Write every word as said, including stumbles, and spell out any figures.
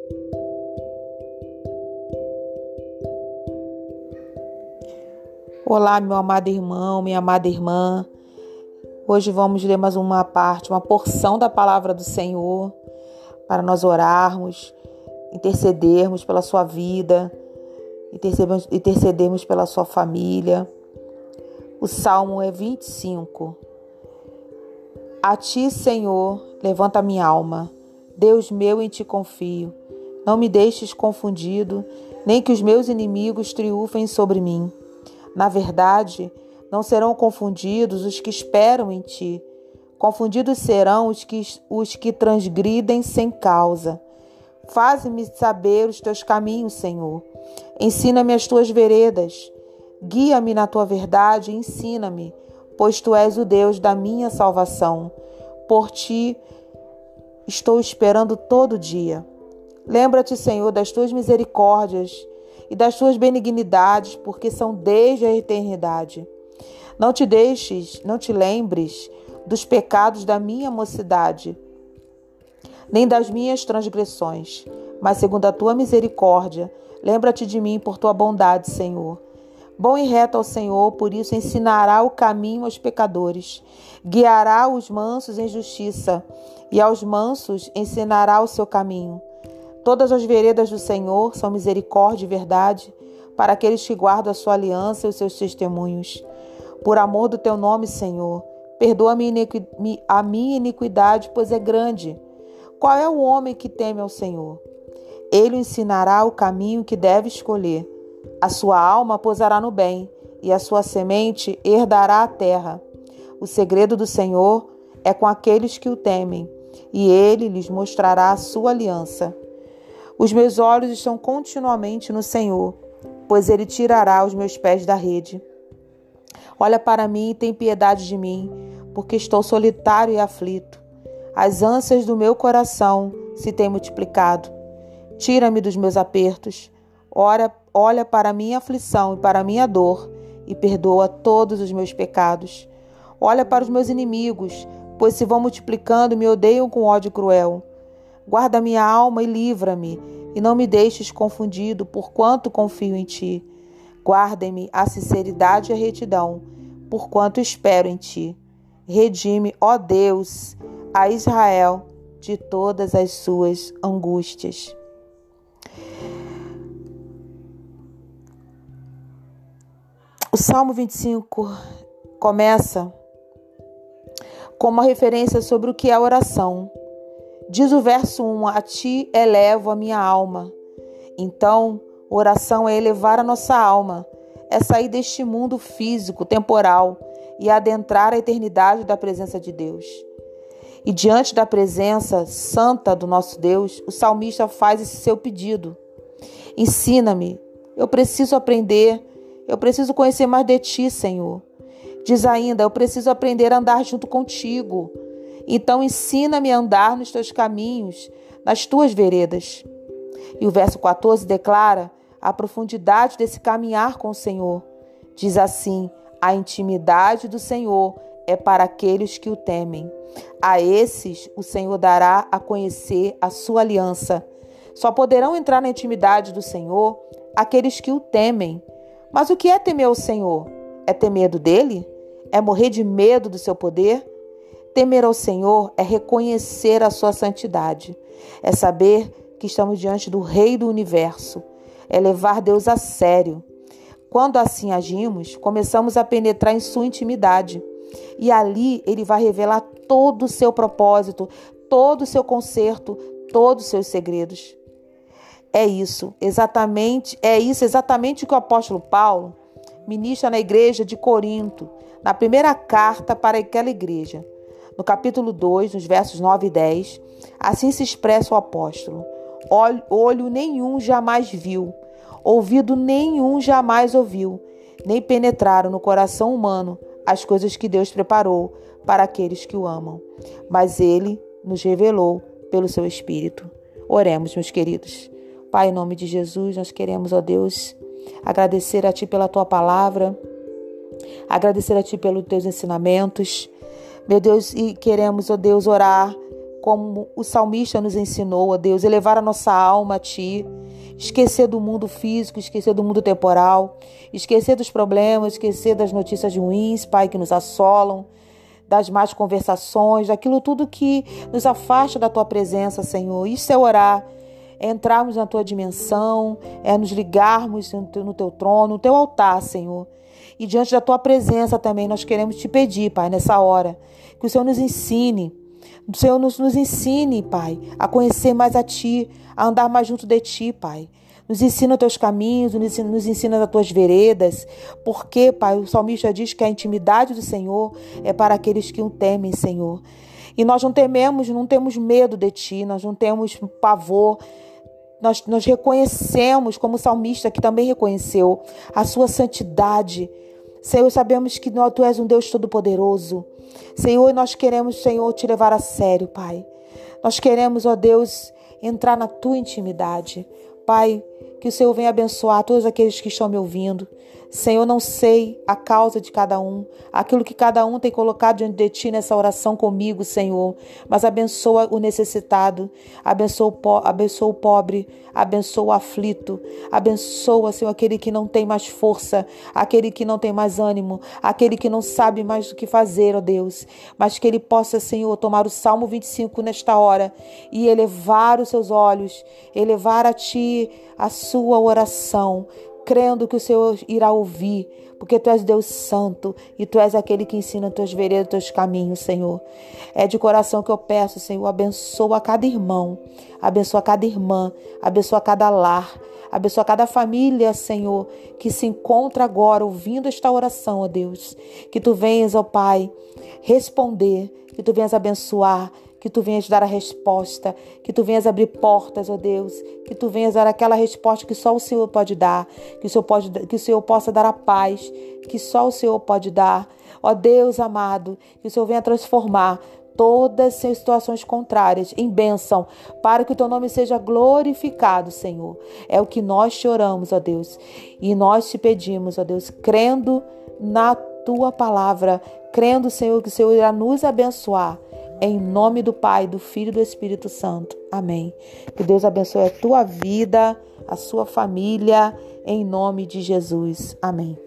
Olá, meu amado irmão, minha amada irmã. Hoje vamos ler mais uma parte, uma porção da palavra do Senhor para nós orarmos, intercedermos pela sua vida, intercedermos, intercedermos pela sua família. O Salmo é vinte e cinco. A ti, Senhor, levanta minha alma. Deus meu, em ti confio. Não me deixes confundido, nem que os meus inimigos triunfem sobre mim. Na verdade, não serão confundidos os que esperam em ti. Confundidos serão os que, os que transgridem sem causa. Faze-me saber os teus caminhos, Senhor. Ensina-me as tuas veredas. Guia-me na tua verdade e ensina-me, pois tu és o Deus da minha salvação. Por ti estou esperando todo dia. Lembra-te, Senhor, das tuas misericórdias e das tuas benignidades, porque são desde a eternidade. Não te deixes, não te lembres dos pecados da minha mocidade, nem das minhas transgressões, mas segundo a tua misericórdia, lembra-te de mim por tua bondade, Senhor. Bom e reto ao Senhor, por isso ensinará o caminho aos pecadores, guiará os mansos em justiça, e aos mansos ensinará o seu caminho. Todas as veredas do Senhor são misericórdia e verdade para aqueles que guardam a sua aliança e os seus testemunhos. Por amor do teu nome, Senhor, perdoa a minha iniquidade, pois é grande. Qual é o homem que teme ao Senhor? Ele o ensinará o caminho que deve escolher. A sua alma pousará no bem, e a sua semente herdará a terra. O segredo do Senhor é com aqueles que o temem, e ele lhes mostrará a sua aliança. Os meus olhos estão continuamente no Senhor, pois ele tirará os meus pés da rede. Olha para mim e tem piedade de mim, porque estou solitário e aflito. As ânsias do meu coração se têm multiplicado. Tira-me dos meus apertos. Ora, olha para a minha aflição e para a minha dor, e perdoa todos os meus pecados. Olha para os meus inimigos, pois se vão multiplicando e me odeiam com ódio cruel. Guarda minha alma e livra-me, e não me deixes confundido, porquanto confio em ti. Guarda-me a sinceridade e a retidão, porquanto espero em ti. Redime, ó Deus, a Israel de todas as suas angústias. O Salmo vinte e cinco começa com uma referência sobre o que é oração. Diz o verso um, a ti elevo a minha alma. Então, oração é elevar a nossa alma, é sair deste mundo físico, temporal, e adentrar a eternidade da presença de Deus. E diante da presença santa do nosso Deus, o salmista faz esse seu pedido. Ensina-me, eu preciso aprender, eu preciso conhecer mais de ti, Senhor. Diz ainda, eu preciso aprender a andar junto contigo. Então ensina-me a andar nos teus caminhos, nas tuas veredas. E o verso quatorze declara a profundidade desse caminhar com o Senhor. Diz assim, a intimidade do Senhor é para aqueles que o temem. A esses o Senhor dará a conhecer a sua aliança. Só poderão entrar na intimidade do Senhor aqueles que o temem. Mas o que é temer o Senhor? É ter medo dele? É morrer de medo do seu poder? Temer ao Senhor é reconhecer a sua santidade, é saber que estamos diante do Rei do Universo, é levar Deus a sério. Quando assim agimos, começamos a penetrar em sua intimidade e ali ele vai revelar todo o seu propósito, todo o seu conserto, todos os seus segredos. É isso, exatamente, é isso exatamente o que o apóstolo Paulo ministra na igreja de Corinto, na primeira carta para aquela igreja. No capítulo dois, nos versos nove e dez, assim se expressa o apóstolo. Olho, olho nenhum jamais viu, ouvido nenhum jamais ouviu, nem penetraram no coração humano as coisas que Deus preparou para aqueles que o amam. Mas ele nos revelou pelo seu Espírito. Oremos, meus queridos. Pai, em nome de Jesus, nós queremos, ó Deus, agradecer a Ti pela Tua palavra, agradecer a Ti pelos Teus ensinamentos, meu Deus, e queremos, ó Deus, orar como o salmista nos ensinou, ó Deus, elevar a nossa alma a Ti, esquecer do mundo físico, esquecer do mundo temporal, esquecer dos problemas, esquecer das notícias ruins, Pai, que nos assolam, das más conversações, daquilo tudo que nos afasta da Tua presença, Senhor. Isso é orar, é entrarmos na Tua dimensão, é nos ligarmos no Teu trono, no Teu altar, Senhor. E diante da Tua presença também nós queremos Te pedir, Pai, nessa hora, que o Senhor nos ensine, o Senhor nos, nos ensine, Pai, a conhecer mais a Ti, a andar mais junto de Ti, Pai. Nos ensina os Teus caminhos, nos ensina, nos ensina as Tuas veredas, porque, Pai, o salmista diz que a intimidade do Senhor é para aqueles que o temem, Senhor. E nós não tememos, não temos medo de Ti, nós não temos pavor. Nós, nós reconhecemos, como o salmista que também reconheceu, a Sua santidade. Senhor, sabemos que Tu és um Deus todo-poderoso. Senhor, nós queremos, Senhor, Te levar a sério, Pai. Nós queremos, ó Deus, entrar na Tua intimidade. Pai, que o Senhor venha abençoar todos aqueles que estão me ouvindo. Senhor, não sei a causa de cada um, aquilo que cada um tem colocado diante de Ti nessa oração comigo, Senhor. Mas abençoa o necessitado, abençoa o, po- abençoa o pobre, abençoa o aflito, abençoa, Senhor, aquele que não tem mais força, aquele que não tem mais ânimo, aquele que não sabe mais o que fazer, ó Deus. Mas que ele possa, Senhor, tomar o Salmo vinte e cinco nesta hora e elevar os seus olhos, elevar a Ti a sua oração, crendo que o Senhor irá ouvir, porque Tu és Deus santo e Tu és aquele que ensina Tuas veredas, Teus caminhos, Senhor. É de coração que eu peço, Senhor, abençoa cada irmão, abençoa cada irmã, abençoa cada lar, abençoa cada família, Senhor, que se encontra agora ouvindo esta oração, ó Deus. Que Tu venhas, ó Pai, responder, que Tu venhas abençoar, que Tu venhas dar a resposta, que Tu venhas abrir portas, ó Deus, que Tu venhas dar aquela resposta que só o Senhor pode dar, que o Senhor, pode, que o Senhor possa dar a paz, que só o Senhor pode dar. Ó Deus amado, que o Senhor venha transformar todas as situações contrárias em bênção, para que o Teu nome seja glorificado, Senhor. É o que nós te oramos, ó Deus, e nós te pedimos, ó Deus, crendo na Tua palavra, crendo, Senhor, que o Senhor irá nos abençoar. Em nome do Pai, do Filho e do Espírito Santo. Amém. Que Deus abençoe a tua vida, a sua família, em nome de Jesus. Amém.